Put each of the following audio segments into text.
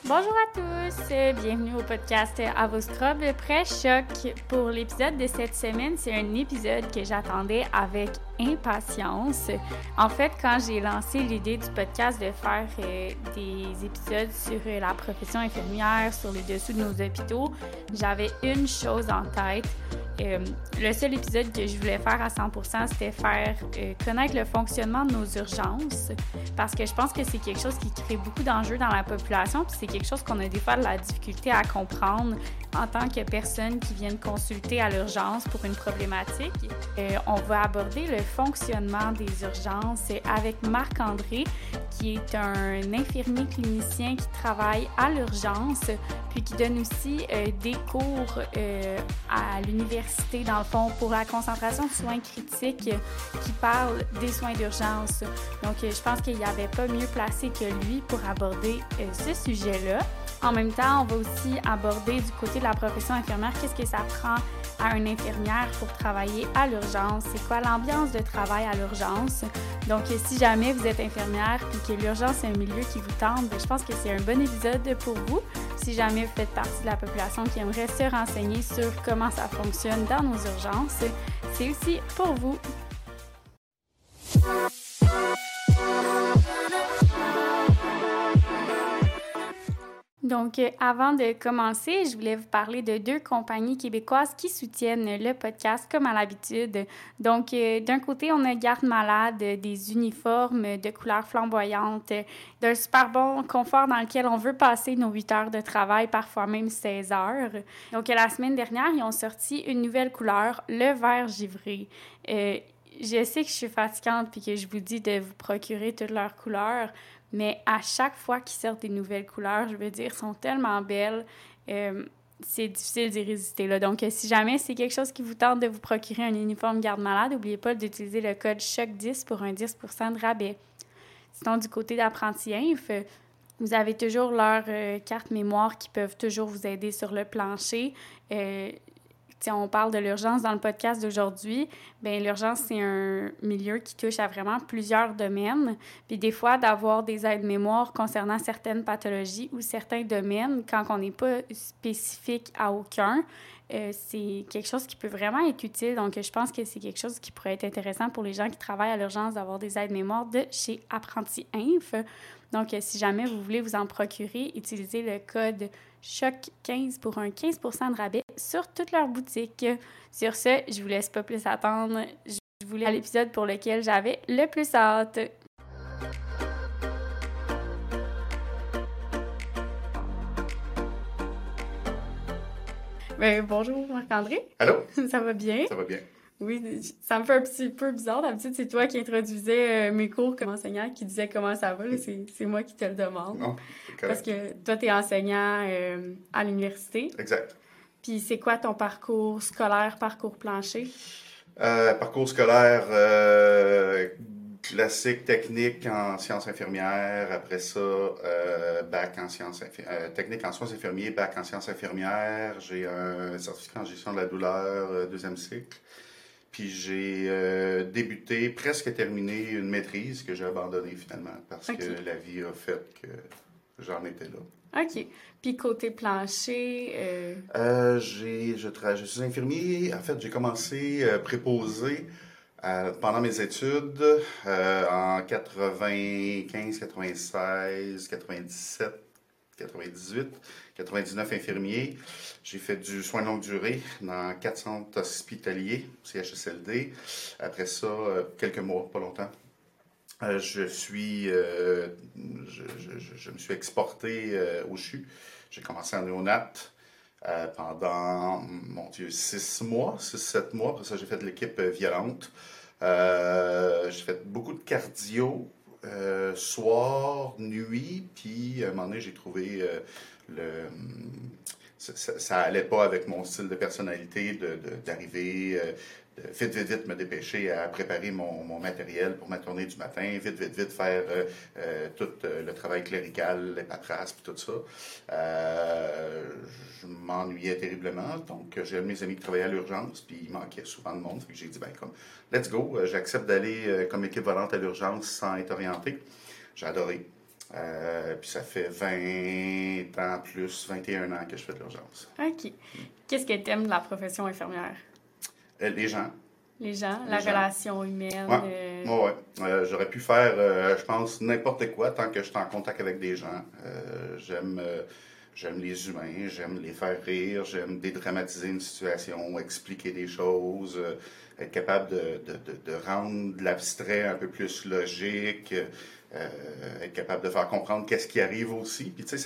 Bonjour à tous, bienvenue au podcast À vos scrubs pré-choc. Pour l'épisode de cette semaine, c'est un épisode que j'attendais avec impatience. En fait, quand j'ai lancé l'idée du podcast de faire des épisodes sur la profession infirmière, sur les dessous de nos hôpitaux, j'avais une chose en tête. Le seul épisode que je voulais faire à 100%, c'était faire connaître le fonctionnement de nos urgences, parce que je pense que c'est quelque chose qui crée beaucoup d'enjeux dans la population, puis c'est quelque chose qu'on a des fois de la difficulté à comprendre en tant que personne qui viennent consulter à l'urgence pour une problématique. On va aborder le fonctionnement des urgences avec Marc-André, qui est un infirmier clinicien qui travaille à l'urgence, puis qui donne aussi des cours à l'université, dans le fond, pour la concentration de soins critiques, qui parle des soins d'urgence. Donc, je pense qu'il n'y avait pas mieux placé que lui pour aborder ce sujet-là. En même temps, on va aussi aborder du côté de la profession infirmière, qu'est-ce que ça prend à une infirmière pour travailler à l'urgence, c'est quoi l'ambiance de travail à l'urgence. Donc, si jamais vous êtes infirmière et que l'urgence est un milieu qui vous tente, je pense que c'est un bon épisode pour vous. Si jamais vous faites partie de la population qui aimerait se renseigner sur comment ça fonctionne dans nos urgences, c'est aussi pour vous. Donc, avant de commencer, je voulais vous parler de deux compagnies québécoises qui soutiennent le podcast, comme à l'habitude. Donc, d'un côté, on a Garde Malade, des uniformes de couleurs flamboyantes, d'un super bon confort dans lequel on veut passer nos 8 heures de travail, parfois même 16 heures. Donc, la semaine dernière, ils ont sorti une nouvelle couleur, le vert givré. Je sais que je suis fatigante puis que je vous dis de vous procurer toutes leurs couleurs, mais à chaque fois qu'ils sortent des nouvelles couleurs, je veux dire, sont tellement belles, c'est difficile d'y résister, là. Donc, si jamais c'est quelque chose qui vous tente de vous procurer un uniforme garde-malade, n'oubliez pas d'utiliser le code CHOC10 pour un 10% de rabais. Sinon, du côté d'Apprenti Inf, vous avez toujours leurs cartes mémoire qui peuvent toujours vous aider sur le plancher. On parle de l'urgence dans le podcast d'aujourd'hui. Bien, l'urgence, c'est un milieu qui touche à vraiment plusieurs domaines. Puis des fois, d'avoir des aides-mémoires concernant certaines pathologies ou certains domaines, quand on n'est pas spécifique à aucun, c'est quelque chose qui peut vraiment être utile. Donc, je pense que c'est quelque chose qui pourrait être intéressant pour les gens qui travaillent à l'urgence d'avoir des aides-mémoires de chez Apprenti Inf. Donc, si jamais vous voulez vous en procurer, utilisez le code CHOC15 pour un 15% de rabais sur toute leur boutique. Sur ce, je vous laisse pas plus attendre. Je voulais à l'épisode pour lequel j'avais le plus hâte. Bonjour Marc-André. Allô? Ça va bien? Ça va bien. Oui, ça me fait un petit peu bizarre. D'habitude, c'est toi qui introduisais mes cours comme enseignant, qui disait comment ça va. Là, c'est moi qui te le demande. Non, c'est correct. Parce que toi, tu es enseignant à l'université. Exact. Puis c'est quoi ton parcours scolaire, parcours plancher? Parcours scolaire classique, technique en sciences infirmières. Après ça, bac en sciences technique en soins infirmiers, bac en sciences infirmières. J'ai un certificat en gestion de la douleur, deuxième cycle. Puis j'ai débuté, presque terminé une maîtrise que j'ai abandonnée finalement parce que la vie a fait que j'en étais là. OK. Puis côté plancher... Je suis infirmier. En fait, j'ai commencé préposé pendant mes études en 95, 96, 97, 98, 99 infirmier. J'ai fait du soin de longue durée dans 4 centres hospitaliers, CHSLD. Après ça, quelques mois, pas longtemps. Je me suis exporté au CHU. J'ai commencé en néonat pendant, 6-7 mois. Après ça, j'ai fait de l'équipe violente. J'ai fait beaucoup de cardio, soir, nuit, puis à un moment donné, j'ai trouvé ça allait pas avec mon style de personnalité d'arriver vite me dépêcher à préparer mon matériel pour ma tournée du matin, vite faire tout le travail clérical, les paperasses puis tout ça. Je m'ennuyais terriblement, donc j'ai un de mes amis qui travaillait à l'urgence, puis il manquait souvent de monde, fait que j'ai dit comme let's go, j'accepte d'aller comme équipe volante à l'urgence sans être orienté. J'ai adoré. Puis ça fait 20 ans plus, 21 ans que je fais de l'urgence. OK. Qu'est-ce que tu aimes de la profession infirmière? Les gens. Les gens, Les la gens. relation humaine. Ouais. J'aurais pu faire, je pense, n'importe quoi tant que je suis en contact avec des gens. J'aime les humains, j'aime les faire rire, j'aime dédramatiser une situation, expliquer des choses, être capable de rendre l'abstrait un peu plus logique, être capable de faire comprendre qu'est-ce qui arrive aussi. Puis tu sais,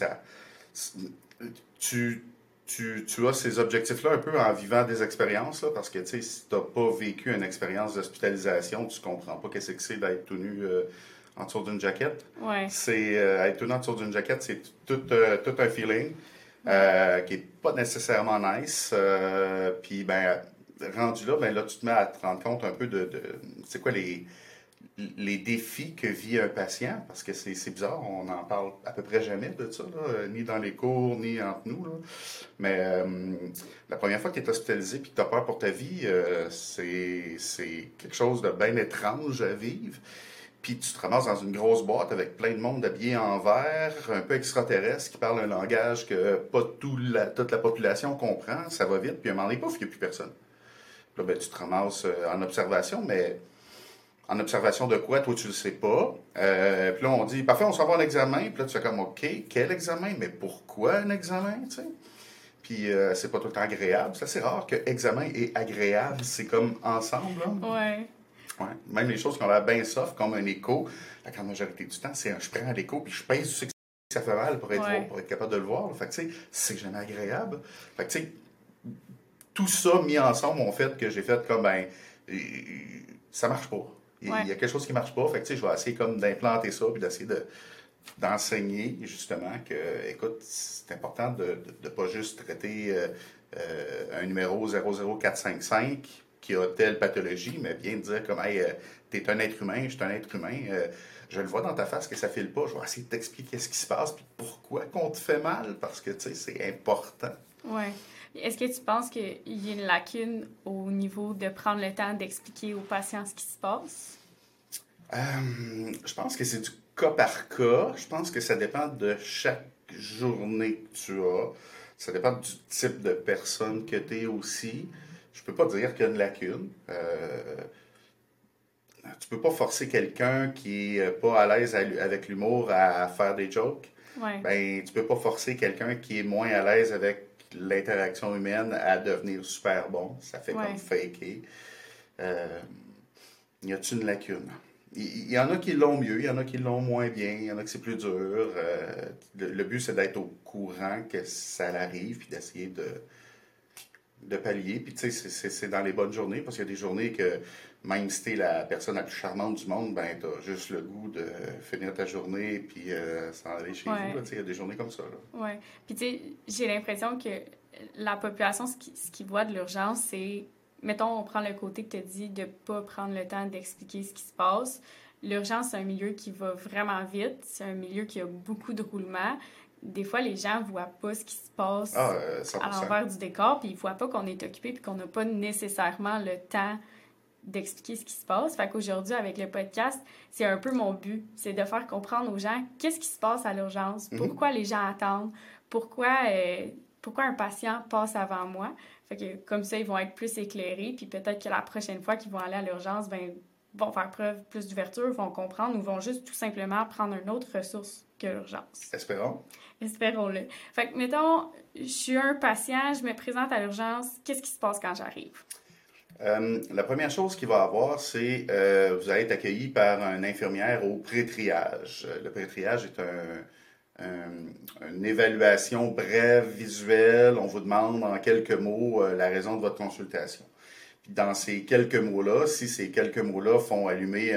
tu, tu as ces objectifs-là un peu en vivant des expériences, là, parce que tu sais, si tu n'as pas vécu une expérience d'hospitalisation, tu comprends pas qu'est-ce que c'est d'être tout nu en dessous d'une jaquette. Ouais. C'est être tout nu en dessous d'une jaquette, c'est tout un feeling qui est pas nécessairement nice. Puis ben rendu là, ben là tu te mets à te rendre compte un peu de c'est quoi les défis que vit un patient, parce que c'est bizarre, on n'en parle à peu près jamais de ça, là, ni dans les cours, ni entre nous. Là. Mais la première fois que tu es hospitalisé et que tu as peur pour ta vie, c'est quelque chose de bien étrange à vivre. Puis tu te ramasses dans une grosse boîte avec plein de monde habillé en vert, un peu extraterrestre, qui parle un langage que pas toute la population comprend. Ça va vite, puis à un moment donné, pouf, il n'y a plus personne. Puis là, ben, tu te ramasses en observation, mais en observation de quoi, toi, tu le sais pas. Puis là, on dit, parfait, on s'en va en examen. Puis là, tu fais comme, OK, quel examen? Mais pourquoi un examen, tu sais? Puis c'est pas tout le temps agréable. C'est assez rare que examen et agréable, c'est comme ensemble, là. Ouais. Ouais. Même les choses qui ont l'air bien soft, comme un écho, la grande majorité du temps, c'est je prends l'écho puis je pèse sur ce que ça fait mal pour être capable de le voir. Fait que, tu sais, c'est jamais agréable. Fait que, tu sais, tout ça mis ensemble ont fait que j'ai fait comme, ben, ça marche pas. Il y a quelque chose qui marche pas. Fait que, tu sais, je vais essayer comme d'implanter ça puis d'essayer d'enseigner, justement, que, écoute, c'est important de ne pas juste traiter un numéro 00455 qui a telle pathologie, mais bien de dire comme, hey, t'es un être humain, je suis un être humain, je le vois dans ta face que ça file pas, je vais essayer de t'expliquer ce qui se passe, puis pourquoi qu'on te fait mal, parce que, tu sais, c'est important. Ouais. Est-ce que tu penses qu'il y a une lacune au niveau de prendre le temps d'expliquer aux patients ce qui se passe? Je pense que c'est du cas par cas. Je pense que ça dépend de chaque journée que tu as. Ça dépend du type de personne que tu es aussi. Je peux pas dire qu'il y a une lacune. Tu peux pas forcer quelqu'un qui est pas à l'aise avec l'humour à faire des jokes. Ouais. Ben, tu peux pas forcer quelqu'un qui est moins à l'aise avec l'interaction humaine à devenir super bon. Ça fait comme faker. Y a-t-il une lacune? Il y en a qui l'ont mieux, il y en a qui l'ont moins bien, il y en a qui c'est plus dur. Le but, c'est d'être au courant que ça arrive, puis d'essayer de pallier. Puis, tu sais, c'est dans les bonnes journées, parce qu'il y a des journées que, même si t'es la personne la plus charmante du monde, ben, t'as juste le goût de finir ta journée, puis s'en aller chez vous. Là, tu sais, il y a des journées comme ça. Oui. Puis, tu sais, j'ai l'impression que la population, ce qu'ils voit de l'urgence, c'est, mettons, on prend le côté que tu as dit de ne pas prendre le temps d'expliquer ce qui se passe. L'urgence, c'est un milieu qui va vraiment vite. C'est un milieu qui a beaucoup de roulements. Des fois, les gens ne voient pas ce qui se passe à l'envers du décor, puis ils ne voient pas qu'on est occupé, puis qu'on n'a pas nécessairement le temps d'expliquer ce qui se passe. Fait qu'aujourd'hui, avec le podcast, c'est un peu mon but. C'est de faire comprendre aux gens qu'est-ce qui se passe à l'urgence, pourquoi les gens attendent, pourquoi un patient passe avant moi. Fait que comme ça, ils vont être plus éclairés, puis peut-être que la prochaine fois qu'ils vont aller à l'urgence, ben vont faire preuve plus d'ouverture, vont comprendre ou vont juste tout simplement prendre une autre ressource que l'urgence. Espérons. Espérons-le. Fait que, mettons, je suis un patient, je me présente à l'urgence, qu'est-ce qui se passe quand j'arrive? La première chose qu'il va avoir, c'est vous allez être accueilli par une infirmière au pré-triage. Le pré-triage est une évaluation brève, visuelle. On vous demande en quelques mots la raison de votre consultation. Puis dans ces quelques mots-là, si ces quelques mots-là font allumer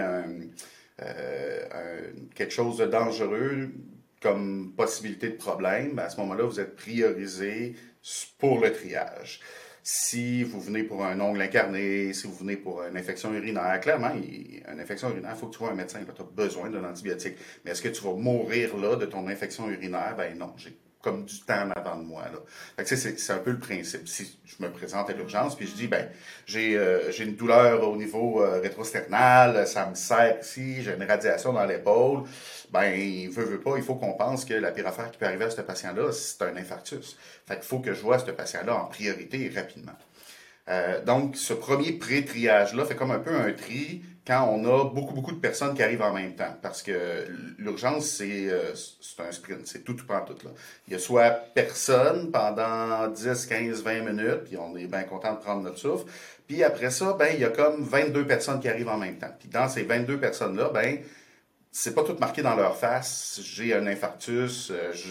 quelque chose de dangereux comme possibilité de problème, à ce moment-là, vous êtes priorisé pour le triage. Si vous venez pour un ongle incarné, si vous venez pour une infection urinaire, clairement, une infection urinaire, il faut que tu vois un médecin. Tu as besoin d'un antibiotique. Mais est-ce que tu vas mourir là de ton infection urinaire? Ben non, j'ai comme du temps en avant de moi. Là. Fait que, c'est un peu le principe. Si je me présente à l'urgence puis je dis, ben, j'ai une douleur au niveau rétrosternal, ça me serre ici, j'ai une radiation dans l'épaule, ben, veut pas, il faut qu'on pense que la pire affaire qui peut arriver à ce patient-là, c'est un infarctus. Fait qu'il faut que je vois ce patient-là en priorité et rapidement. Donc, ce premier pré-triage-là fait comme un peu un tri quand on a beaucoup de personnes qui arrivent en même temps. Parce que l'urgence, c'est un sprint, c'est tout prend tout. Là. Il y a soit personne pendant 10, 15, 20 minutes, puis on est bien content de prendre notre souffle. Puis après ça, ben, il y a comme 22 personnes qui arrivent en même temps. Puis dans ces 22 personnes-là, ben, c'est pas tout marqué dans leur face. J'ai un infarctus,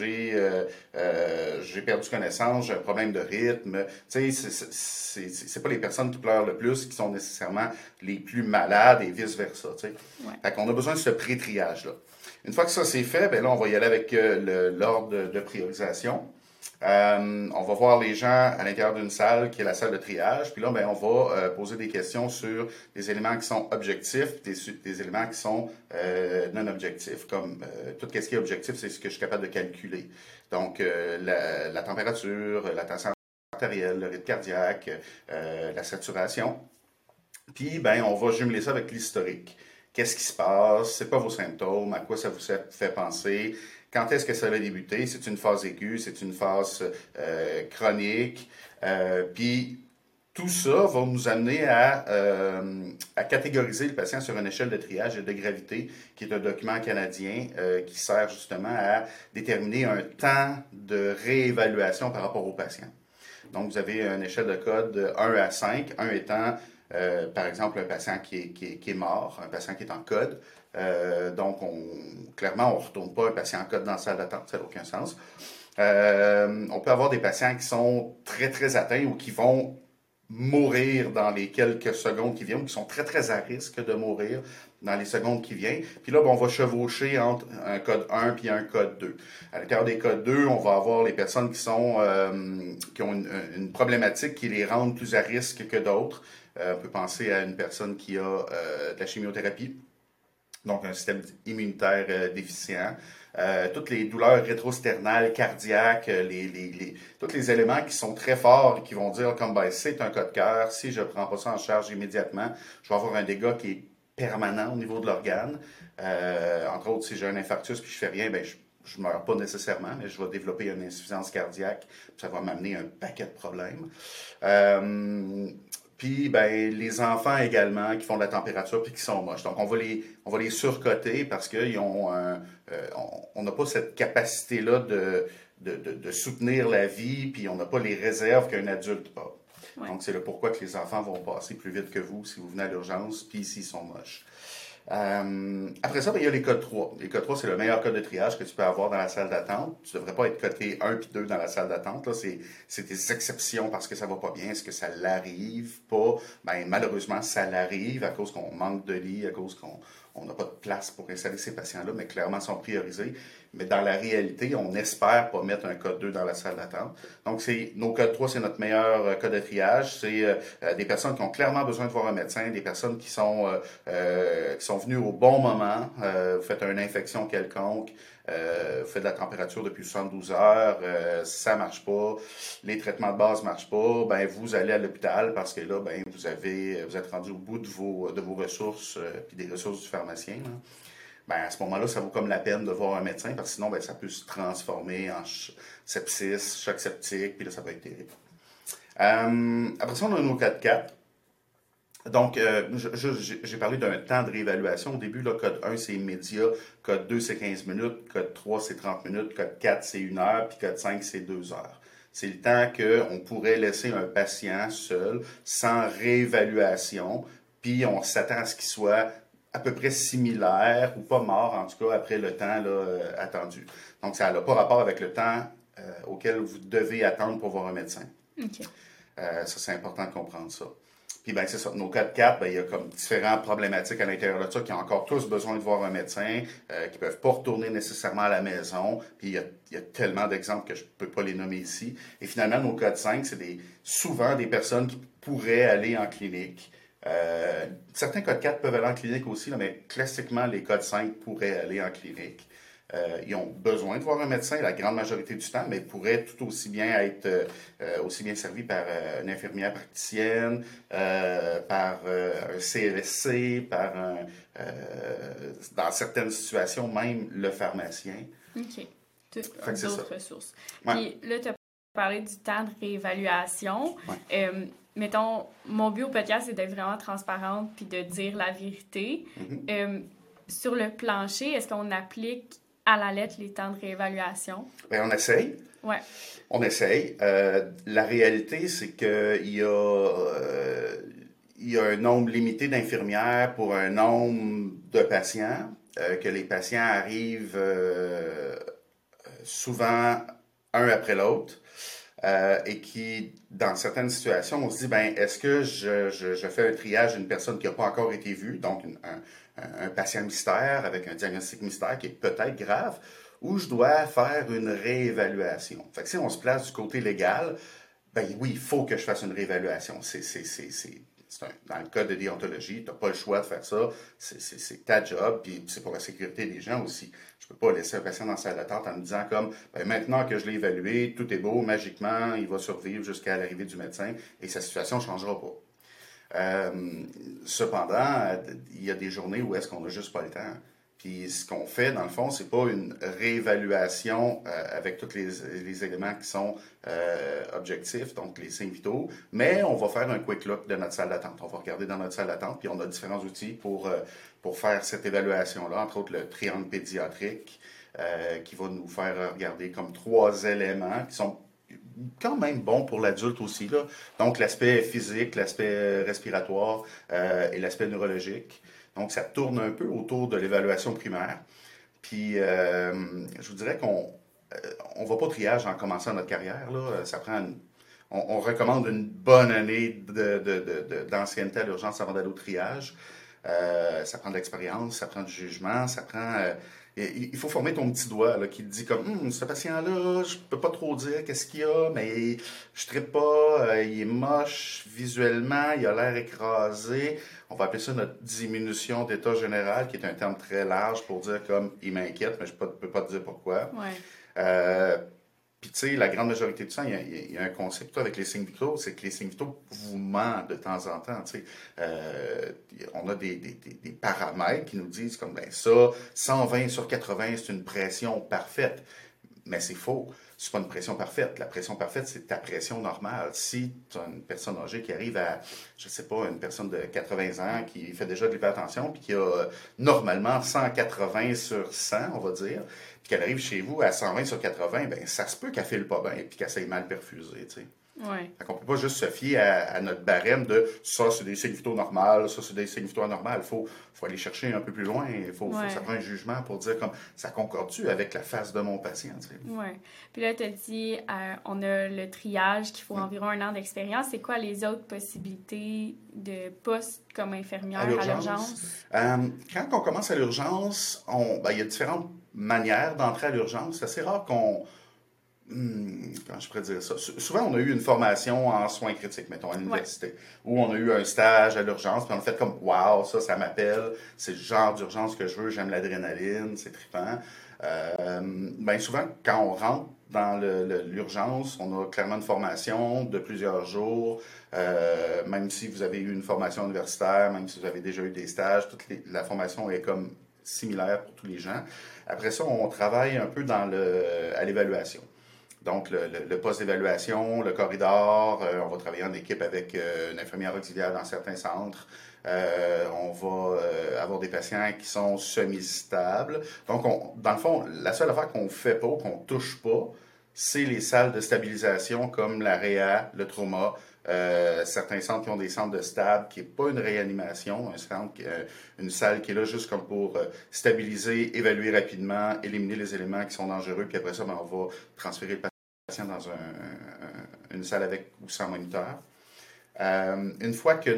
j'ai perdu connaissance, j'ai un problème de rythme. Tu sais, c'est pas les personnes qui pleurent le plus qui sont nécessairement les plus malades et vice-versa. Tu sais. Ouais. Fait qu'on a besoin de ce pré-triage-là. Une fois que ça c'est fait, ben là, on va y aller avec l'ordre de priorisation. On va voir les gens à l'intérieur d'une salle qui est la salle de triage. Puis là, ben, on va poser des questions sur des éléments qui sont objectifs, des éléments qui sont non objectifs. Comme tout ce qui est objectif, c'est ce que je suis capable de calculer. Donc, la température, la tension artérielle, le rythme cardiaque, la saturation. Puis, ben, on va jumeler ça avec l'historique. Qu'est-ce qui se passe? C'est quoi vos symptômes? À quoi ça vous fait penser? Quand est-ce que ça va débuter? C'est une phase aiguë? C'est une phase chronique? Puis, tout ça va nous amener à catégoriser le patient sur une échelle de triage et de gravité, qui est un document canadien qui sert justement à déterminer un temps de réévaluation par rapport au patient. Donc, vous avez une échelle de code de 1 à 5, 1 étant par exemple, un patient qui est mort, un patient qui est en code. Donc, clairement, on ne retourne pas un patient en code dans la salle d'attente, ça n'a aucun sens. On peut avoir des patients qui sont très atteints ou qui vont mourir dans les quelques secondes qui viennent, ou qui sont très à risque de mourir dans les secondes qui viennent. Puis là, ben, on va chevaucher entre un code 1 puis un code 2. À l'intérieur des codes 2, on va avoir les personnes qui ont une problématique qui les rend plus à risque que d'autres. On peut penser à une personne qui a de la chimiothérapie, donc un système immunitaire déficient. Toutes les douleurs rétrosternales, cardiaques, tous les éléments qui sont très forts et qui vont dire comme ben, c'est un cas de cœur, si je ne prends pas ça en charge immédiatement, je vais avoir un dégât qui est permanent au niveau de l'organe. Entre autres, si j'ai un infarctus puis je fais rien, ben, je ne meurs pas nécessairement, mais je vais développer une insuffisance cardiaque, puis ça va m'amener un paquet de problèmes. Puis, ben, les enfants également qui font de la température puis qui sont moches. Donc, on va les surcoter parce qu'ils ont on n'a pas cette capacité-là de soutenir la vie, puis on n'a pas les réserves qu'un adulte a. Ouais. Donc, c'est le pourquoi que les enfants vont passer plus vite que vous si vous venez à l'urgence, puis s'ils sont moches. Après ça, ben, il y a les codes 3. Les codes 3, c'est le meilleur code de triage que tu peux avoir dans la salle d'attente. Tu ne devrais pas être coté 1 puis 2 dans la salle d'attente. Là, c'est des exceptions parce que ça va pas bien. Est-ce que ça l'arrive pas? Ben, malheureusement, ça l'arrive à cause qu'on manque de lits, à cause qu'on n'a pas de place pour installer ces patients-là, mais clairement, ils sont priorisés. Mais dans la réalité, on n'espère pas mettre un code 2 dans la salle d'attente. Donc, nos codes 3, c'est notre meilleur code de triage. C'est des personnes qui ont clairement besoin de voir un médecin, des personnes qui sont venues au bon moment. Vous faites une infection quelconque, vous faites de la température depuis 72 heures, ça marche pas, les traitements de base marchent pas, ben vous allez à l'hôpital parce que là, ben vous êtes rendu au bout de vos ressources puis des ressources du pharmacien. Là. Ben, à ce moment-là, ça vaut comme la peine de voir un médecin, parce que sinon, ben, ça peut se transformer en sepsis, choc septique, puis là, ça va être terrible. Après ça, on a nos 4-4. Donc, j'ai parlé d'un temps de réévaluation. Au début, là, code 1, c'est immédiat, code 2, c'est 15 minutes, code 3, c'est 30 minutes, code 4, c'est 1 heure, puis code 5, c'est 2 heures. C'est le temps qu'on pourrait laisser un patient seul, sans réévaluation, puis on s'attend à ce qu'il soit à peu près similaire, ou pas mort, en tout cas, après le temps là, attendu. Donc, ça n'a pas rapport avec le temps auquel vous devez attendre pour voir un médecin. Okay. Ça, c'est important de comprendre ça. Puis, ben, c'est ça. Nos cas de 4, ben, il y a comme différentes problématiques à l'intérieur de ça qui ont encore tous besoin de voir un médecin, qui ne peuvent pas retourner nécessairement à la maison. Puis, il y a tellement d'exemples que je ne peux pas les nommer ici. Et finalement, nos cas de 5, c'est souvent des personnes qui pourraient aller en clinique. Certains codes 4 peuvent aller en clinique aussi, là, mais classiquement, les codes 5 pourraient aller en clinique. Ils ont besoin de voir un médecin la grande majorité du temps, mais ils pourraient tout aussi bien être aussi bien servis par une infirmière praticienne, par un CLSC, dans certaines situations, même le pharmacien. OK. Fait que c'est ça. D'autres ressources. Ouais. Puis là, tu as parlé du temps de réévaluation. Ouais. Mettons, mon but au podcast, c'est d'être vraiment transparente puis de dire la vérité. Mm-hmm. Sur le plancher, est-ce qu'on applique à la lettre les temps de réévaluation? Bien, on essaye. Ouais. On essaye. La réalité, c'est qu'il y a un nombre limité d'infirmières pour un nombre de patients, que les patients arrivent souvent un après l'autre. Et qui, dans certaines situations, on se dit, ben, est-ce que je fais un triage d'une personne qui n'a pas encore été vue, donc un patient mystère avec un diagnostic mystère qui est peut-être grave, ou je dois faire une réévaluation. Fait que si on se place du côté légal, ben oui, il faut que je fasse une réévaluation. Dans le code de déontologie, tu n'as pas le choix de faire ça. C'est ta job, puis c'est pour la sécurité des gens aussi. Je peux pas laisser un patient dans la salle d'attente en me disant comme, ben maintenant que je l'ai évalué, tout est beau, magiquement, il va survivre jusqu'à l'arrivée du médecin et sa situation ne changera pas. Cependant, il y a des journées où est-ce qu'on n'a juste pas le temps. Puis ce qu'on fait, dans le fond, c'est pas une réévaluation avec tous les éléments qui sont objectifs, donc les signes vitaux, mais on va faire un quick look de notre salle d'attente. On va regarder dans notre salle d'attente, puis on a différents outils pour faire cette évaluation-là, entre autres le triangle pédiatrique, qui va nous faire regarder comme 3 éléments qui sont quand même bons pour l'adulte aussi, là. Donc l'aspect physique, l'aspect respiratoire et l'aspect neurologique. Donc, ça tourne un peu autour de l'évaluation primaire. Puis, je vous dirais qu'on ne va pas au triage en commençant notre carrière. Là. Ça prend on recommande une bonne année d'ancienneté à l'urgence avant d'aller au triage. Ça prend de l'expérience, ça prend du jugement, ça prend... il faut former ton petit doigt là, qui te dit comme ce patient-là, je peux pas trop dire qu'est-ce qu'il y a, mais je trippe pas, il est moche visuellement, il a l'air écrasé. On va appeler ça notre diminution d'état général, qui est un terme très large pour dire comme il m'inquiète, mais je peux pas te dire pourquoi. Ouais. Puis, tu sais, la grande majorité du temps, il y a un concept avec les signes vitaux, c'est que les signes vitaux vous mentent de temps en temps. Tu sais. On a des paramètres qui nous disent comme, ben ça, 120 sur 80, c'est une pression parfaite. Mais c'est faux. C'est pas une pression parfaite. La pression parfaite, c'est ta pression normale. Si tu as une personne âgée qui arrive à, je sais pas, une personne de 80 ans qui fait déjà de l'hypertension puis qui a normalement 180 sur 100, on va dire, puis qu'elle arrive chez vous à 120 sur 80, ben ça se peut qu'elle file pas bien puis qu'elle s'aille mal perfuser, tu sais. Ouais. Fait qu'on peut pas juste se fier à notre barème de ça, c'est des signes vitaux normaux, ça, c'est des signes vitaux anormaux. Faut aller chercher un peu plus loin. Faut que ça prenne un jugement pour dire comme ça concorde-tu avec la face de mon patient. Tu sais. Ouais. Puis là, tu as dit, on a le triage qu'il faut environ 1 an d'expérience. C'est quoi les autres possibilités de poste comme infirmière à l'urgence? Quand on commence à l'urgence, il y a différentes manières d'entrer à l'urgence. C'est assez rare qu'on... Comment je pourrais dire ça? Souvent, on a eu une formation en soins critiques, mettons, à l'université, où on a eu un stage à l'urgence, puis on a fait comme, wow, ça m'appelle, c'est le genre d'urgence que je veux, j'aime l'adrénaline, c'est trippant. Souvent, quand on rentre dans l'urgence, on a clairement une formation de plusieurs jours, même si vous avez eu une formation universitaire, même si vous avez déjà eu des stages, la formation est comme similaire pour tous les gens. Après ça, on travaille un peu à l'évaluation. Donc, le poste d'évaluation, le corridor, on va travailler en équipe avec une infirmière auxiliaire dans certains centres. On va avoir des patients qui sont semi-stables. Donc, dans le fond, la seule affaire qu'on ne fait pas, qu'on ne touche pas, c'est les salles de stabilisation comme la réa, le trauma. Certains centres qui ont des centres de stable, qui n'est pas une réanimation, une salle qui est là juste comme pour stabiliser, évaluer rapidement, éliminer les éléments qui sont dangereux, puis après ça, on va transférer le patient dans une salle avec ou sans moniteur. Une fois que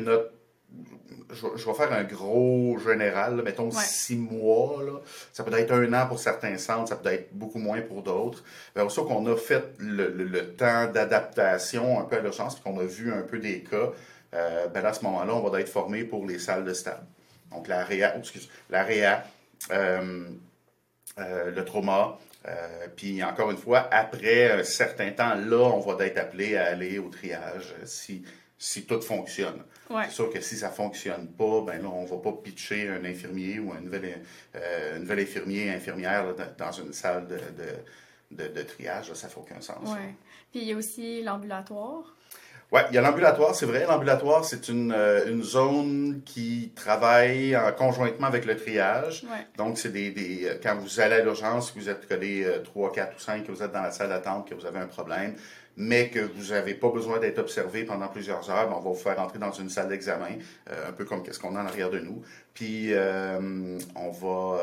je vais faire un gros général, là, mettons 6 mois. Là. Ça peut être 1 an pour certains centres, ça peut être beaucoup moins pour d'autres. Aussi qu'on a fait le temps d'adaptation un peu à l'urgence, puis qu'on a vu un peu des cas, là, à ce moment-là, on va être formé pour les salles de stade. Donc la réa, le trauma. Puis encore une fois, après un certain temps, là, on va être appelé à aller au triage si tout fonctionne. Ouais. C'est sûr que si ça fonctionne pas, ben là, on va pas pitcher un infirmier ou un nouvel infirmier, infirmière là, dans une salle de triage. Là, ça fait aucun sens. Ouais. Puis il y a aussi l'ambulatoire. Oui, il y a l'ambulatoire, c'est vrai. L'ambulatoire, c'est une zone qui travaille conjointement avec le triage. Ouais. Donc, c'est quand vous allez à l'urgence, vous êtes codé 3, 4 ou 5, que vous êtes dans la salle d'attente, que vous avez un problème, mais que vous n'avez pas besoin d'être observé pendant plusieurs heures, ben, on va vous faire entrer dans une salle d'examen, un peu comme ce qu'on a en arrière de nous. Puis, on va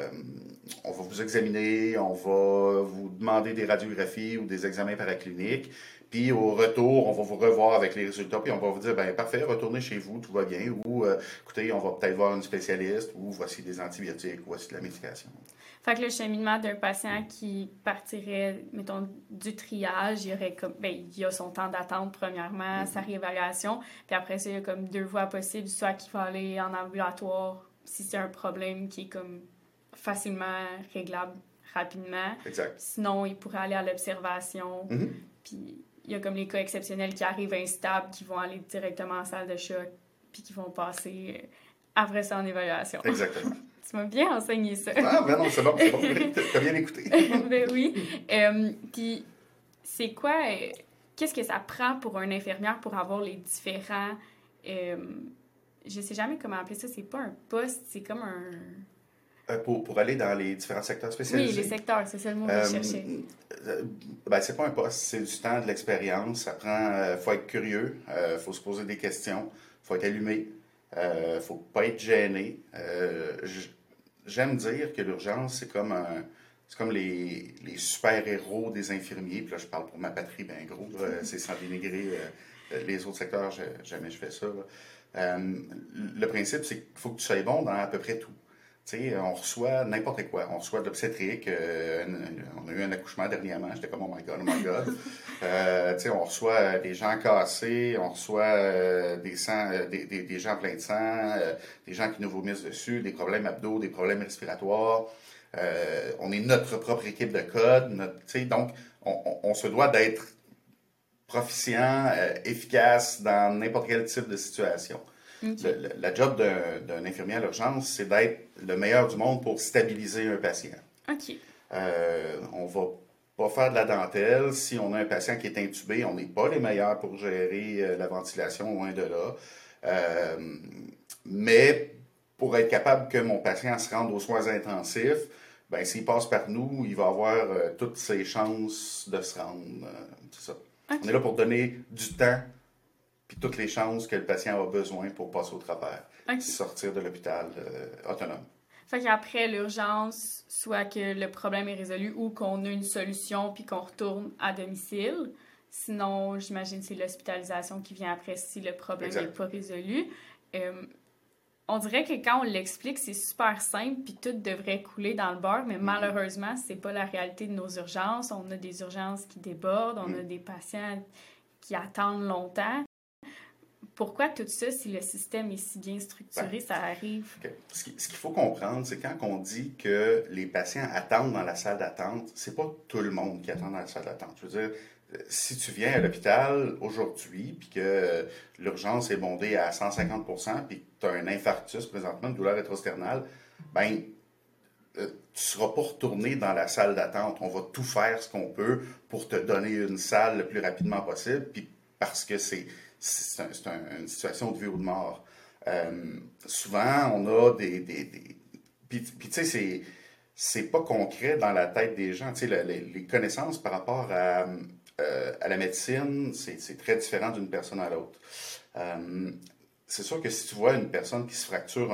vous examiner, on va vous demander des radiographies ou des examens paracliniques. Puis au retour, on va vous revoir avec les résultats, puis on va vous dire, ben parfait, retournez chez vous, tout va bien, ou écoutez, on va peut-être voir une spécialiste, ou voici des antibiotiques, ou voici de la médication. Fait que le cheminement d'un patient qui partirait, mettons, du triage, il y aurait comme, ben, il y a son temps d'attente premièrement, sa réévaluation, puis après ça, il y a comme 2 voies possibles, soit qu'il va aller en ambulatoire si c'est un problème qui est comme facilement réglable rapidement. Exact. Sinon, il pourrait aller à l'observation, puis il y a comme les cas exceptionnels qui arrivent instables, qui vont aller directement en salle de choc, puis qui vont passer après ça en évaluation. Exactement. Tu m'as bien enseigné ça. Ah, ben non, c'est bon. T'as bien écouté. Ben oui. Puis, c'est quoi... qu'est-ce que ça prend pour une infirmière pour avoir les différents... je sais jamais comment appeler ça. C'est pas un poste, c'est comme un... Pour aller dans les différents secteurs spécialisés. Oui, les secteurs, c'est ça le mot que je cherchais. Ben, c'est pas un poste, c'est du temps, de l'expérience. Ça prend... faut être curieux, faut se poser des questions, faut être allumé, faut pas être gêné. J'aime dire que l'urgence, c'est comme les super-héros des infirmiers. Puis là, je parle pour ma patrie, bien gros. C'est sans dénigrer les autres secteurs, jamais je fais ça. Le principe, c'est qu'il faut que tu sois bon dans à peu près tout. Tu sais, on reçoit n'importe quoi. On reçoit de l'obstétrique. On a eu un accouchement dernièrement. J'étais comme, oh my God, oh my God. Tu sais, on reçoit des gens cassés. On reçoit des gens pleins de sang, des gens qui nous vomissent dessus, des problèmes abdos, des problèmes respiratoires. On est notre propre équipe de code. Tu sais, donc, on se doit d'être proficient, efficace dans n'importe quel type de situation. Okay. La job d'un infirmier à l'urgence, c'est d'être le meilleur du monde pour stabiliser un patient. OK. On va pas faire de la dentelle. Si on a un patient qui est intubé, on n'est pas les meilleurs pour gérer la ventilation, loin de là. Mais pour être capable que mon patient se rende aux soins intensifs, ben, s'il passe par nous, il va avoir toutes ses chances de se rendre. C'est ça. Okay. On est là pour donner du temps puis toutes les chances que le patient a besoin pour passer au travers, okay. Sortir de l'hôpital autonome. Fait qu'après l'urgence, soit que le problème est résolu ou qu'on a une solution puis qu'on retourne à domicile. Sinon, j'imagine que c'est l'hospitalisation qui vient après si le problème n'est pas résolu. On dirait que quand on l'explique, c'est super simple puis tout devrait couler dans le beurre, mais malheureusement, c'est pas la réalité de nos urgences. On a des urgences qui débordent, on a des patients qui attendent longtemps. Pourquoi tout ça, si le système est si bien structuré, ça arrive? Okay. Ce qu'il faut comprendre, c'est quand on dit que les patients attendent dans la salle d'attente, c'est pas tout le monde qui attend dans la salle d'attente. Je veux dire, si tu viens à l'hôpital aujourd'hui, puis que l'urgence est bondée à 150%, puis que tu as un infarctus présentement, une douleur rétrosternale, ben tu ne seras pas retourné dans la salle d'attente. On va tout faire ce qu'on peut pour te donner une salle le plus rapidement possible, puis parce que c'est une situation de vie ou de mort. Souvent, on a puis tu sais, c'est pas concret dans la tête des gens. Tu sais, les connaissances par rapport à la médecine, c'est très différent d'une personne à l'autre. C'est sûr que si tu vois une personne qui se fracture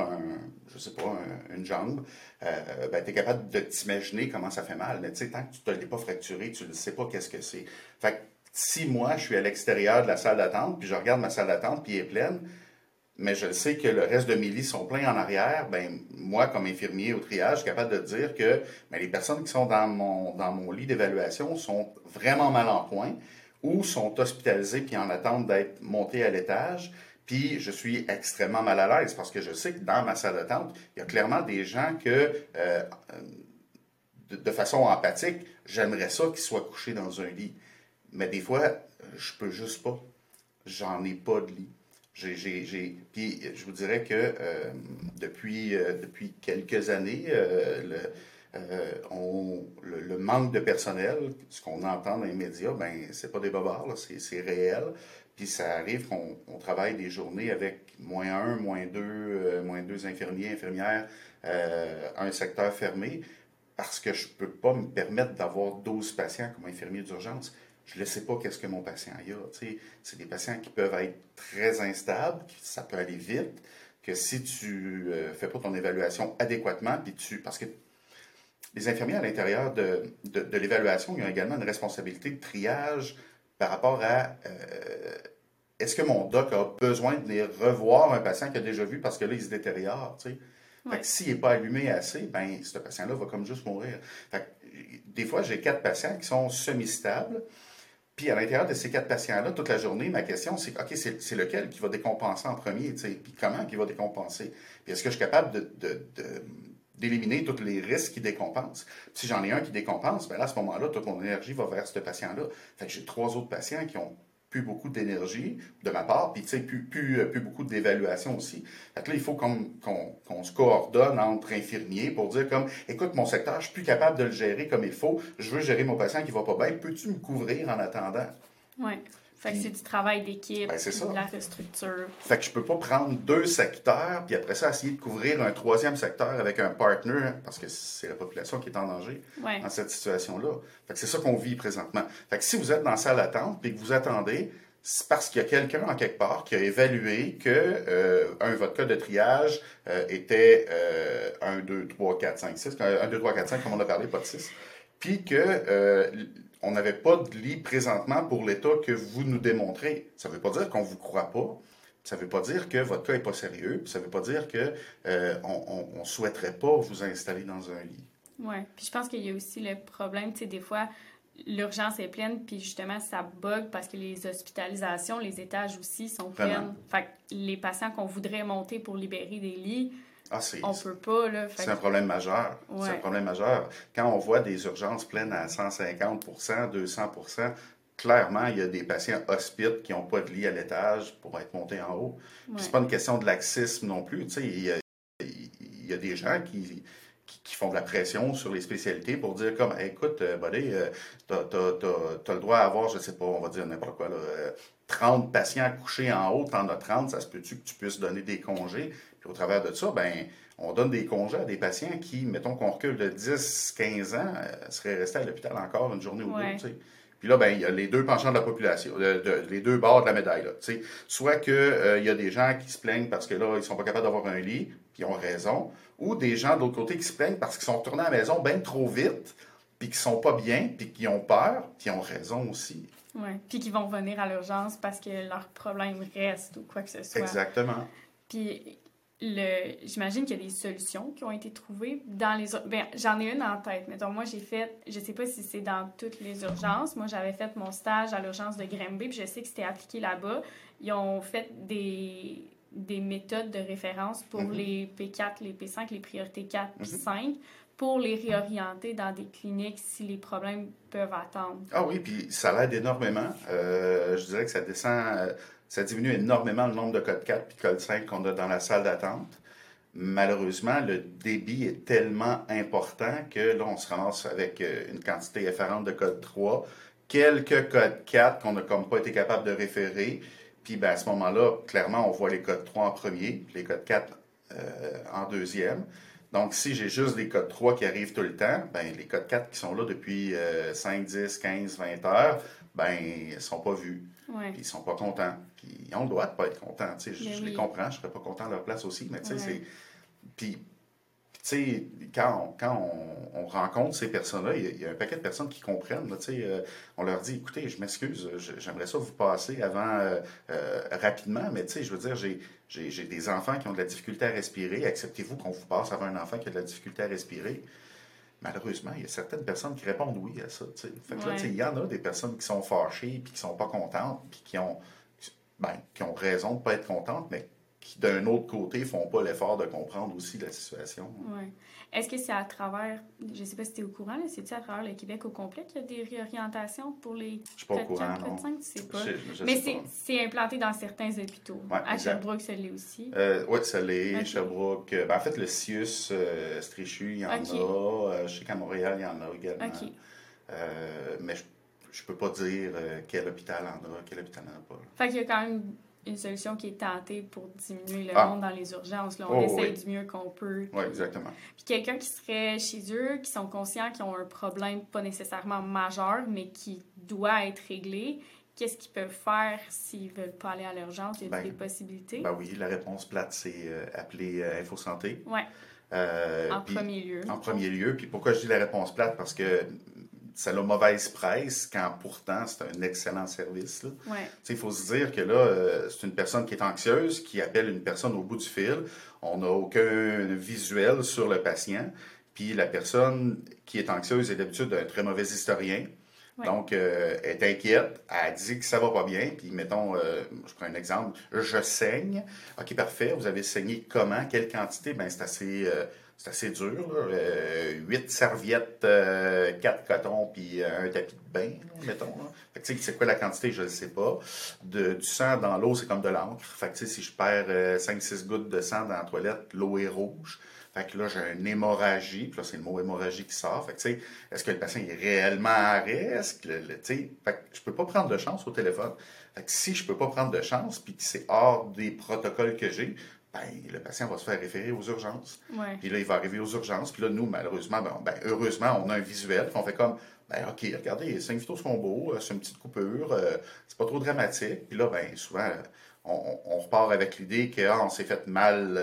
une jambe, ben, tu es capable de t'imaginer comment ça fait mal. Mais tu sais, tant que tu ne te l'es pas fracturé, tu ne sais pas qu'est-ce que c'est. Fait que si moi, je suis à l'extérieur de la salle d'attente, puis je regarde ma salle d'attente, puis elle est pleine, mais je sais que le reste de mes lits sont pleins en arrière, ben moi, comme infirmier au triage, je suis capable de dire que ben, les personnes qui sont dans mon lit d'évaluation sont vraiment mal en point ou sont hospitalisées puis en attente d'être montées à l'étage. Puis je suis extrêmement mal à l'aise parce que je sais que dans ma salle d'attente, il y a clairement des gens que de façon empathique, j'aimerais ça qu'il soit couché dans un lit. Mais des fois, je peux juste pas. J'en ai pas de lit. Puis je vous dirais que depuis quelques années, le manque de personnel, ce qu'on entend dans les médias, ben c'est pas des bobards, là, c'est réel. Puis ça arrive qu'on travaille des journées avec -1, -2 infirmiers, infirmières, un secteur fermé, parce que je peux pas me permettre d'avoir 12 patients comme infirmier d'urgence. Je ne sais pas qu'est-ce que mon patient a. C'est des patients qui peuvent être très instables, ça peut aller vite, que si tu ne fais pas ton évaluation adéquatement, parce que les infirmiers à l'intérieur de l'évaluation, ils ont également une responsabilité de triage par rapport à est-ce que mon doc a besoin de venir revoir un patient qu'il a déjà vu parce que là, il se détériore. Fait que s'il n'est pas allumé assez, ben ce patient-là va comme juste mourir. Fait que, des fois, j'ai 4 patients qui sont semi-stables. Puis à l'intérieur de ces 4 patients-là, toute la journée, ma question, c'est OK, c'est lequel qui va décompenser en premier, puis comment il va décompenser? Puis est-ce que je suis capable d'éliminer tous les risques qui décompensent? Puis si j'en ai un qui décompense, bien là, à ce moment-là, toute mon énergie va vers ce patient-là. Fait que j'ai 3 autres patients qui ont plus beaucoup d'énergie de ma part, puis plus beaucoup d'évaluation aussi. Fait que là, il faut qu'on se coordonne entre infirmiers pour dire comme, écoute, mon secteur, je suis plus capable de le gérer comme il faut, je veux gérer mon patient qui va pas bien, peux-tu me couvrir en attendant? Oui. Fait que c'est du travail d'équipe, ben, de la restructure. Fait que je peux pas prendre 2 secteurs, puis après ça, essayer de couvrir un 3e secteur avec un partner, parce que c'est la population qui est en danger dans cette situation-là. Fait que c'est ça qu'on vit présentement. Fait que si vous êtes dans la salle d'attente, puis que vous attendez, c'est parce qu'il y a quelqu'un en quelque part qui a évalué que votre cas de triage était 1, 2, 3, 4, 5, 6, 1, 2, 3, 4, 5, comme on a parlé, pas de 6. Puis que on n'avait pas de lit présentement pour l'état que vous nous démontrez. Ça ne veut pas dire qu'on ne vous croit pas. Ça ne veut pas dire que votre cas n'est pas sérieux. Ça ne veut pas dire qu'on ne souhaiterait pas vous installer dans un lit. Oui. Puis je pense qu'il y a aussi le problème, tu sais, des fois, l'urgence est pleine, puis justement, ça bug parce que les hospitalisations, les étages aussi sont pleins. Fait que les patients qu'on voudrait monter pour libérer des lits, on peut pas, là. C'est un problème majeur. Ouais. C'est un problème majeur. Quand on voit des urgences pleines à 150%, 200%, clairement, il y a des patients hospites qui n'ont pas de lit à l'étage pour être montés en haut. Puis c'est pas une question de laxisme non plus. Tu sais, il y a des gens qui font de la pression sur les spécialités pour dire comme, hey, écoute, buddy, t'as le droit à avoir, je sais pas, on va dire n'importe quoi, là, 30 patients couchés en haut, t'en as 30, ça se peut-tu que tu puisses donner des congés? Puis au travers de ça, ben, on donne des congés à des patients qui, mettons qu'on recule de 10, 15 ans, seraient restés à l'hôpital encore une journée ou deux, tu sais. Puis là, ben, il y a les deux penchants de la population, les deux bords de la médaille, là, tu sais. Soit que y a des gens qui se plaignent parce que là, ils sont pas capables d'avoir un lit, puis ils ont raison, ou des gens de l'autre côté qui se plaignent parce qu'ils sont retournés à la maison bien trop vite, puis qui sont pas bien, puis qui ont peur, puis ils ont raison aussi. Oui, puis qui vont venir à l'urgence parce que leur problème reste ou quoi que ce soit. Exactement. Puis j'imagine qu'il y a des solutions qui ont été trouvées dans les... Bien, j'en ai une en tête. Mettons, moi, j'ai fait... Je sais pas si c'est dans toutes les urgences. Moi, j'avais fait mon stage à l'urgence de Granby, puis je sais que c'était appliqué là-bas. Ils ont fait des méthodes de référence pour les P4, les P5, les priorités 4 puis 5, pour les réorienter dans des cliniques si les problèmes peuvent attendre. Ah oui, puis ça l'aide énormément. Je dirais que ça descend... ça diminue énormément le nombre de code 4 puis de code 5 qu'on a dans la salle d'attente. Malheureusement, le débit est tellement important que là, on se ramasse avec une quantité effarante de code 3, quelques codes 4 qu'on n'a comme pas été capable de référer. Puis ben, à ce moment-là, clairement, on voit les codes 3 en premier, puis les codes 4 en deuxième. Donc, si j'ai juste des codes 3 qui arrivent tout le temps, ben, les codes 4 qui sont là depuis 5, 10, 15, 20 heures, ben, ils ne sont pas vus. Ouais. Puis ils sont pas contents. Puis ils ont le droit de pas être contents. Je les comprends, je serais pas content à leur place aussi, mais tu sais, c'est... Puis, tu sais, quand on rencontre ces personnes-là, il y a un paquet de personnes qui comprennent. Là, on leur dit, écoutez, je m'excuse, j'aimerais ça vous passer avant rapidement, mais tu sais, je veux dire, j'ai des enfants qui ont de la difficulté à respirer. Acceptez-vous qu'on vous passe avant un enfant qui a de la difficulté à respirer? Malheureusement, il y a certaines personnes qui répondent oui à ça. T'sais. Fait que là, il y en a des personnes qui sont fâchées, puis qui sont pas contentes, puis qui ont raison de ne pas être contentes, mais qui, d'un autre côté, font pas l'effort de comprendre aussi la situation. Oui. Est-ce que c'est à travers, je ne sais pas si tu es au courant, c'est-tu à travers le Québec au complet qu'il y a des réorientations pour les Je suis pas au courant, non. Code 5, tu sais pas. Je Mais sais pas. c'est implanté dans certains hôpitaux. Ouais, à exact. Sherbrooke, ça l'est aussi. Oui, ça l'est. Ok. Sherbrooke. En fait, le CIUS Stréchu, il y en Ok. a. Je sais qu'à Montréal, il y en a également. OK. Mais je peux pas dire quel hôpital en a, quel hôpital n'en a pas. Fait qu'il y a quand même une solution qui est tentée pour diminuer le monde dans les urgences. Là. On Oh, essaye oui. du mieux qu'on peut. Oui, exactement. Puis quelqu'un qui serait chez eux, qui sont conscients qu'ils ont un problème pas nécessairement majeur, mais qui doit être réglé, qu'est-ce qu'ils peuvent faire s'ils veulent pas aller à l'urgence? Y a des possibilités? Ben oui, la réponse plate, c'est appeler InfoSanté. Oui. En premier lieu. En premier lieu. Puis pourquoi je dis la réponse plate? Parce que ça a mauvaise presse quand pourtant c'est un excellent service. Ouais. Il faut se dire que là, c'est une personne qui est anxieuse, qui appelle une personne au bout du fil. On n'a aucun visuel sur le patient. Puis la personne qui est anxieuse est d'habitude un très mauvais historien. Ouais. Donc, elle est inquiète, elle dit que ça va pas bien, puis mettons, je prends un exemple, je saigne. OK, parfait, vous avez saigné comment? Quelle quantité? Ben c'est assez dur, là. 8 serviettes, 4 cotons, puis un tapis de bain, là, mettons. Là. Fait que, tu sais, c'est quoi la quantité? Je ne sais pas. Du sang dans l'eau, c'est comme de l'encre. Fait que, tu sais, si je perds 5-6 gouttes de sang dans la toilette, l'eau est rouge. Fait que là, j'ai une hémorragie, puis là, c'est le mot hémorragie qui sort. Fait que, tu sais, est-ce que le patient est réellement à arrêt? Est-ce que, tu sais, fait que je peux pas prendre de chance au téléphone. Fait que si je peux pas prendre de chance, puis que c'est hors des protocoles que j'ai, ben, le patient va se faire référer aux urgences. Ouais. Puis là, il va arriver aux urgences. Puis là, nous, malheureusement, heureusement, on a un visuel. Puis on fait comme, ben, OK, regardez, les signes vitaux sont beaux, c'est une petite coupure, c'est pas trop dramatique. Puis là, ben, souvent, on repart avec l'idée qu'on s'est fait mal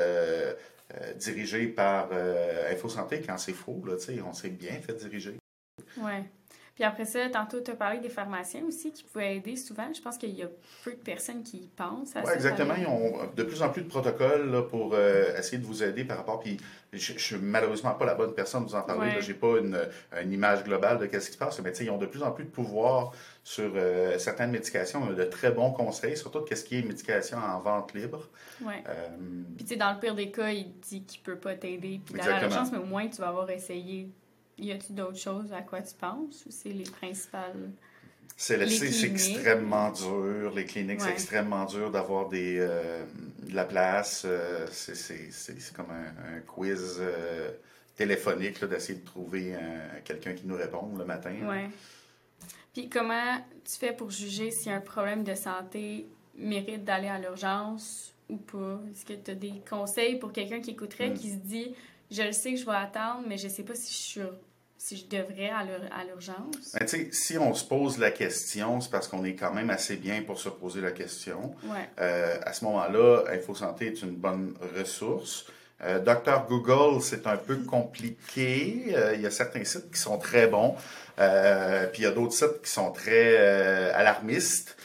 dirigé par InfoSanté quand c'est faux. Là, on s'est bien fait diriger. Oui. Puis après ça, tantôt, tu as parlé des pharmaciens aussi qui pouvaient aider souvent. Je pense qu'il y a peu de personnes qui y pensent à ça. Oui, exactement. Ils ont de plus en plus de protocoles là, pour essayer de vous aider par rapport. Puis je ne suis malheureusement pas la bonne personne de vous en parler. Ouais. Je n'ai pas une image globale de ce qui se passe. Mais ils ont de plus en plus de pouvoir sur certaines médications. On a de très bons conseils, surtout de ce qui est médication en vente libre. Oui. Puis tu sais, dans le pire des cas, il dit qu'il ne peut pas t'aider. Puis dans la chance, mais au moins, tu vas avoir essayé. Y a-t-il d'autres choses à quoi tu penses ou c'est les principales? C'est extrêmement dur. Les cliniques, c'est extrêmement dur d'avoir de la place. C'est comme un quiz téléphonique là, d'essayer de trouver quelqu'un qui nous répond le matin. Oui. Puis comment tu fais pour juger si un problème de santé mérite d'aller à l'urgence ou pas? Est-ce que tu as des conseils pour quelqu'un qui écouterait, qui se dit... Je le sais que je vais attendre, mais je ne sais pas si je devrais à l'urgence. Ben, si on se pose la question, c'est parce qu'on est quand même assez bien pour se poser la question. Ouais. À ce moment-là, InfoSanté est une bonne ressource. Dr Google, c'est un peu compliqué. Il y a certains sites qui sont très bons, puis il y a d'autres sites qui sont très alarmistes.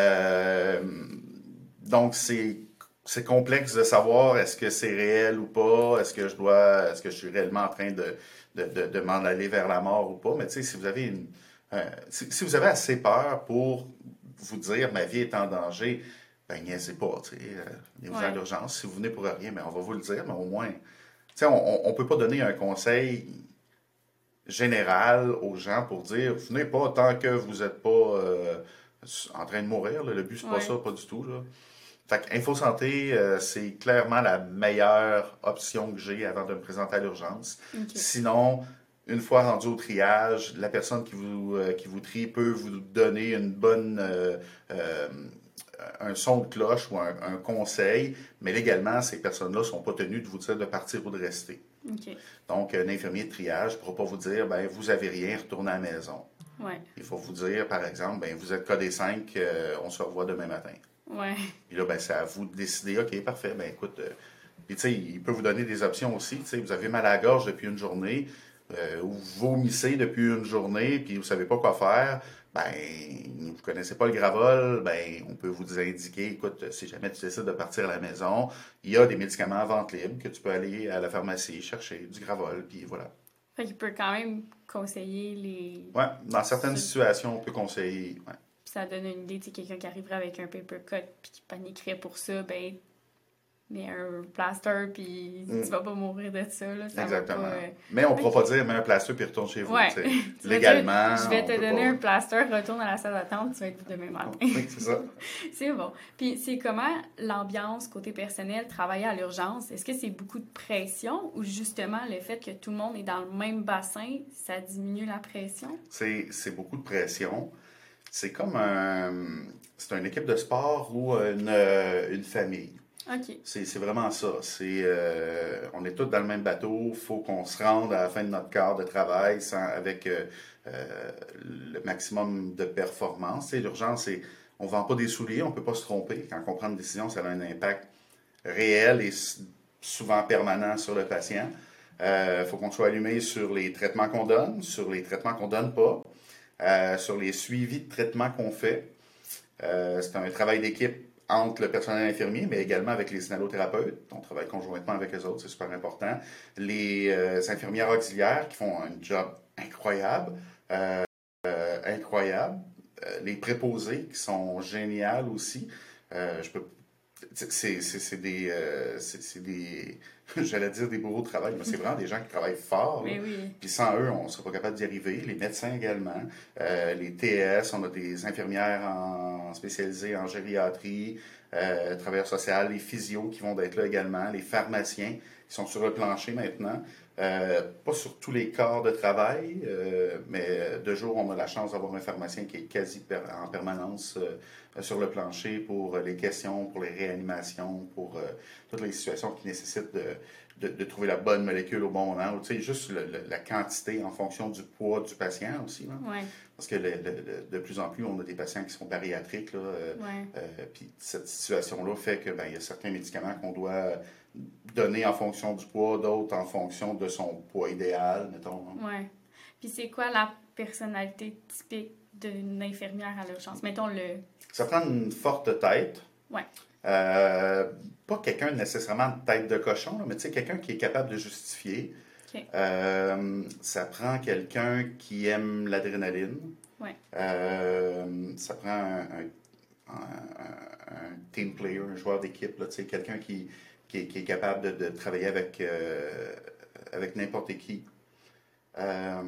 Donc, c'est complexe de savoir est-ce que c'est réel ou pas, est-ce que je suis réellement en train de m'en aller vers la mort ou pas. Mais tu sais, si vous avez si vous avez assez peur pour vous dire ma vie est en danger, ben niaisez pas, tu sais, venez-vous à l'urgence. Si vous venez pour rien, ben on va vous le dire, mais au moins, tu sais, on peut pas donner un conseil général aux gens pour dire venez pas tant que vous n'êtes pas en train de mourir. Là. Le but c'est pas ça, pas du tout là. Fait que InfoSanté, c'est clairement la meilleure option que j'ai avant de me présenter à l'urgence. Okay. Sinon, une fois rendu au triage, la personne qui vous trie peut vous donner une bonne un son de cloche ou un conseil, mais légalement, ces personnes-là ne sont pas tenues de vous dire de partir ou de rester. Okay. Donc, un infirmier de triage ne pourra pas vous dire ben vous n'avez rien, retournez à la maison. Ouais. Il faut vous dire, par exemple, ben vous êtes codé 5, on se revoit demain matin. Ouais. Puis là, ben, c'est à vous de décider, OK, parfait, ben écoute, puis tu sais, il peut vous donner des options aussi, tu sais, vous avez mal à la gorge depuis une journée, ou vous vomissez depuis une journée, puis vous savez pas quoi faire, ben, vous connaissez pas le Gravol, ben, on peut vous indiquer, écoute, si jamais tu décides de partir à la maison, il y a des médicaments à vente libre que tu peux aller à la pharmacie chercher du Gravol, puis voilà. Fait qu'il peut quand même conseiller les... Ouais, dans certaines situations, on peut conseiller, ouais. Ça donne une idée, tu sais, quelqu'un qui arriverait avec un paper cut puis qui paniquerait pour ça, ben mais un plaster, puis tu vas pas mourir de ça, là. Ça Exactement. va pas, Mais on ne pourra pas dire, mets un plaster puis retourne chez vous. ouais. Légalement, Je vais te donner pas... un plaster, retourne à la salle d'attente, tu vas être demain matin. Oui, c'est ça. C'est bon. Puis c'est comment l'ambiance côté personnel, travailler à l'urgence? Est-ce que c'est beaucoup de pression ou justement le fait que tout le monde est dans le même bassin, ça diminue la pression? C'est beaucoup de pression. C'est comme c'est une équipe de sport ou une famille. OK. C'est vraiment ça. On est tous dans le même bateau. Il faut qu'on se rende à la fin de notre quart de travail avec le maximum de performance. L'urgence, c'est on ne vend pas des souliers, on ne peut pas se tromper. Quand on prend une décision, ça a un impact réel et souvent permanent sur le patient. Il faut qu'on soit allumé sur les traitements qu'on donne, sur les traitements qu'on ne donne pas, sur les suivis de traitements qu'on fait. C'est un travail d'équipe entre le personnel infirmier, mais également avec les inhalothérapeutes. On travaille conjointement avec eux autres, c'est super important. Les infirmières auxiliaires qui font un job incroyable. Incroyable. Les préposés qui sont géniales aussi. Je peux c'est des j'allais dire des bourreaux de travail, mais c'est vraiment des gens qui travaillent fort. Mais oui. Puis sans eux, on ne serait pas capable d'y arriver. Les médecins également. Les TS, on a des infirmières spécialisées en gériatrie, travailleurs sociaux, les physios qui vont être là également, les pharmaciens qui sont sur le plancher maintenant. Pas sur tous les corps de travail, mais de jour, on a la chance d'avoir un pharmacien qui est quasi en permanence sur le plancher pour les questions, pour les réanimations, pour toutes les situations qui nécessitent de trouver la bonne molécule au bon moment. Tu sais, juste la quantité en fonction du poids du patient aussi. Là. Ouais. Parce que de plus en plus, on a des patients qui sont bariatriques. Là, puis cette situation-là fait que il y a certains médicaments qu'on doit donner en fonction du poids, d'autres en fonction de son poids idéal, mettons. Oui. Puis c'est quoi la personnalité typique d'une infirmière à l'urgence? Mettons le... Ça prend une forte tête. Oui. Pas quelqu'un nécessairement de tête de cochon, là, mais tu sais, quelqu'un qui est capable de justifier. Okay. Ça prend quelqu'un qui aime l'adrénaline. Ouais. Ça prend un team player, un joueur d'équipe, là, tu sais, quelqu'un qui est capable de travailler avec n'importe qui. Ça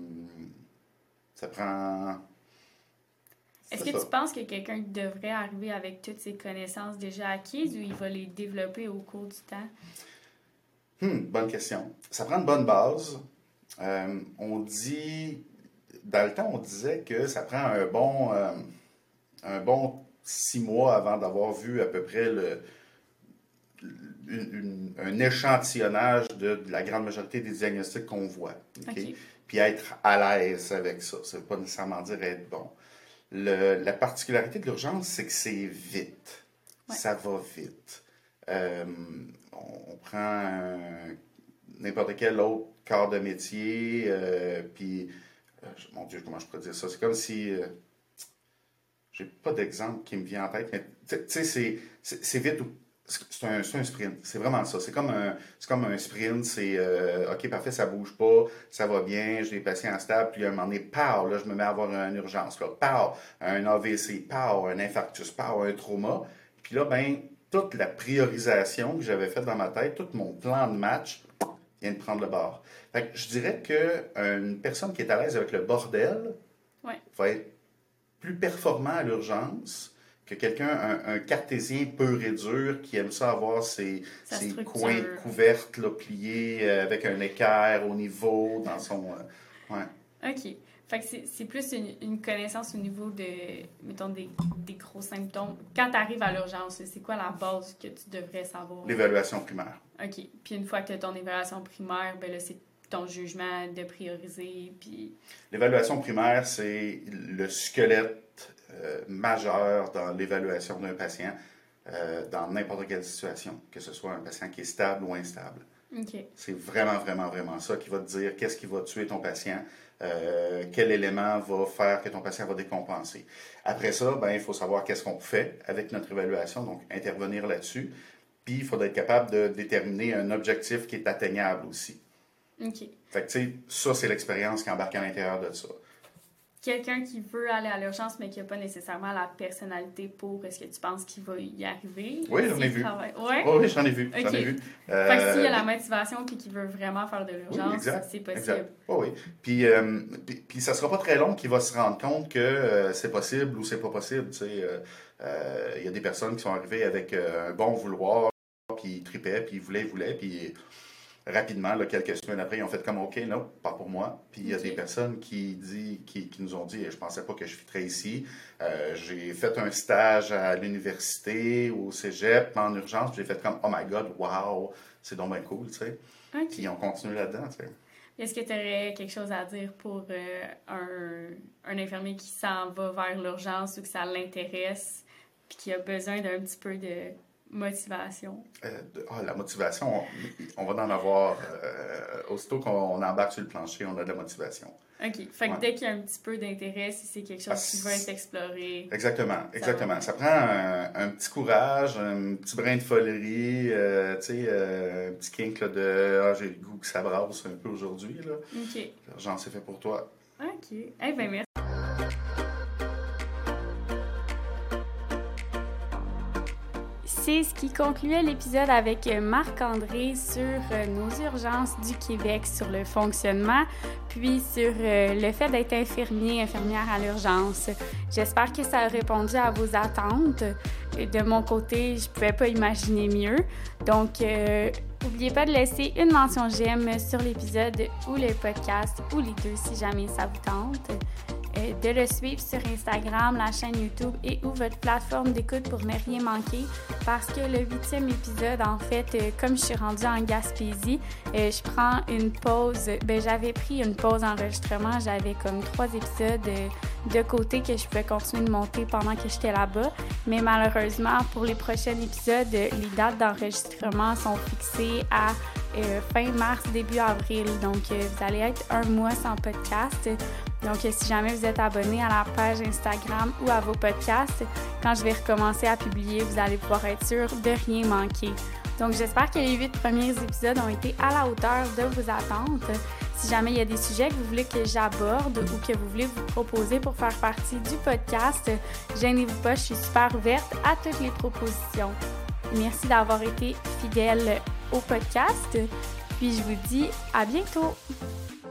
prend... Est-ce que tu penses que quelqu'un devrait arriver avec toutes ses connaissances déjà acquises ou il va les développer au cours du temps? Bonne question. Ça prend une bonne base. On dit... Dans le temps, on disait que ça prend un bon 6 mois avant d'avoir vu à peu près un échantillonnage de la grande majorité des diagnostics qu'on voit. Okay? Puis être à l'aise avec ça. Ça ne veut pas nécessairement dire être bon. La particularité de l'urgence, c'est que c'est vite. Ouais. Ça va vite. On prend n'importe quel autre corps de métier, puis, mon Dieu, comment je pourrais dire ça? C'est comme si... j'ai pas d'exemple qui me vient en tête, mais tu sais, c'est vite. C'est un sprint. C'est vraiment ça. C'est comme un sprint. C'est OK, parfait, ça bouge pas, ça va bien, j'ai des patients stables, puis à un moment donné, pow, là, je me mets à avoir une urgence. Là, pow, un AVC, pow, un infarctus, pow, un trauma. Puis là, toute la priorisation que j'avais faite dans ma tête, tout mon plan de match vient de prendre le bord. Fait que je dirais qu'une personne qui est à l'aise avec le bordel va être plus performant à l'urgence que quelqu'un, un cartésien pur et dur qui aime ça avoir ses coins couverts, là, pliés, avec un équerre au niveau dans son... OK. Fait que c'est plus une connaissance au niveau de, mettons, des gros symptômes. Quand tu arrives à l'urgence, c'est quoi la base que tu devrais savoir? L'évaluation primaire. OK. Puis une fois que tu as ton évaluation primaire, ben là, c'est ton jugement de prioriser, puis... L'évaluation primaire, c'est le squelette majeur dans l'évaluation d'un patient dans n'importe quelle situation, que ce soit un patient qui est stable ou instable. Okay. C'est vraiment, vraiment, vraiment ça qui va te dire qu'est-ce qui va tuer ton patient, quel élément va faire que ton patient va décompenser. Après ça, il faut savoir qu'est-ce qu'on fait avec notre évaluation, donc intervenir là-dessus. Puis, il faudra être capable de déterminer un objectif qui est atteignable aussi. OK. Fait que, tu sais, ça, c'est l'expérience qui embarque à l'intérieur de ça. quelqu'un qui veut aller à l'urgence, mais qui n'a pas nécessairement la personnalité pour, est-ce que tu penses qu'il va y arriver? Oui, j'en ai vu. Ouais? Oui, j'en ai vu. Okay. J'en ai vu. Fait que s'il y a la motivation et qu'il veut vraiment faire de l'urgence, oui, c'est possible. Exact. Oui. Puis ça sera pas très long qu'il va se rendre compte que c'est possible ou c'est pas possible. Il y a des personnes qui sont arrivées avec un bon vouloir, puis ils tripaient, puis ils voulaient, puis rapidement, là, quelques semaines après, ils ont fait comme « OK, non, pas pour moi ». Puis il y a des personnes qui nous ont dit « Je pensais pas que je fitterais ici. J'ai fait un stage à l'université, au cégep, en urgence. » Puis j'ai fait comme « Oh my God, wow, c'est donc bien cool, tu sais. » Puis ils ont continué là-dedans, tu sais. Est-ce que tu aurais quelque chose à dire pour un infirmier qui s'en va vers l'urgence ou que ça l'intéresse puis qui a besoin d'un petit peu de motivation? La motivation, on va en avoir. Aussitôt qu'on embarque sur le plancher, on a de la motivation. OK. Fait que dès qu'il y a un petit peu d'intérêt, si c'est quelque chose qui va être exploré... Exactement. Ça prend un petit courage, un petit brin de folerie, un petit kink là, de « j'ai le goût que ça brasse un peu aujourd'hui. » OK. L'urgence, c'est fait pour toi. OK. Eh bien, merci. C'est ce qui concluait l'épisode avec Marc-André sur nos urgences du Québec, sur le fonctionnement, puis sur le fait d'être infirmière à l'urgence. J'espère que ça a répondu à vos attentes. De mon côté, je ne pouvais pas imaginer mieux. Donc, n'oubliez pas de laisser une mention j'aime sur l'épisode ou le podcast, ou les deux si jamais ça vous tente. De le suivre sur Instagram, la chaîne YouTube et ou votre plateforme d'écoute pour ne rien manquer parce que le 8e épisode, en fait, comme je suis rendue en Gaspésie, je prends une pause. J'avais pris une pause enregistrement. J'avais comme 3 épisodes de côté que je pouvais continuer de monter pendant que j'étais là-bas. Mais malheureusement, pour les prochains épisodes, les dates d'enregistrement sont fixées à fin mars, début avril. Donc, vous allez être un mois sans podcast. Donc, si jamais vous êtes abonné à la page Instagram ou à vos podcasts, quand je vais recommencer à publier, vous allez pouvoir être sûr de rien manquer. Donc, j'espère que les 8 premiers épisodes ont été à la hauteur de vos attentes. Si jamais il y a des sujets que vous voulez que j'aborde ou que vous voulez vous proposer pour faire partie du podcast, gênez-vous pas, je suis super ouverte à toutes les propositions. Merci d'avoir été fidèle au podcast, puis je vous dis à bientôt!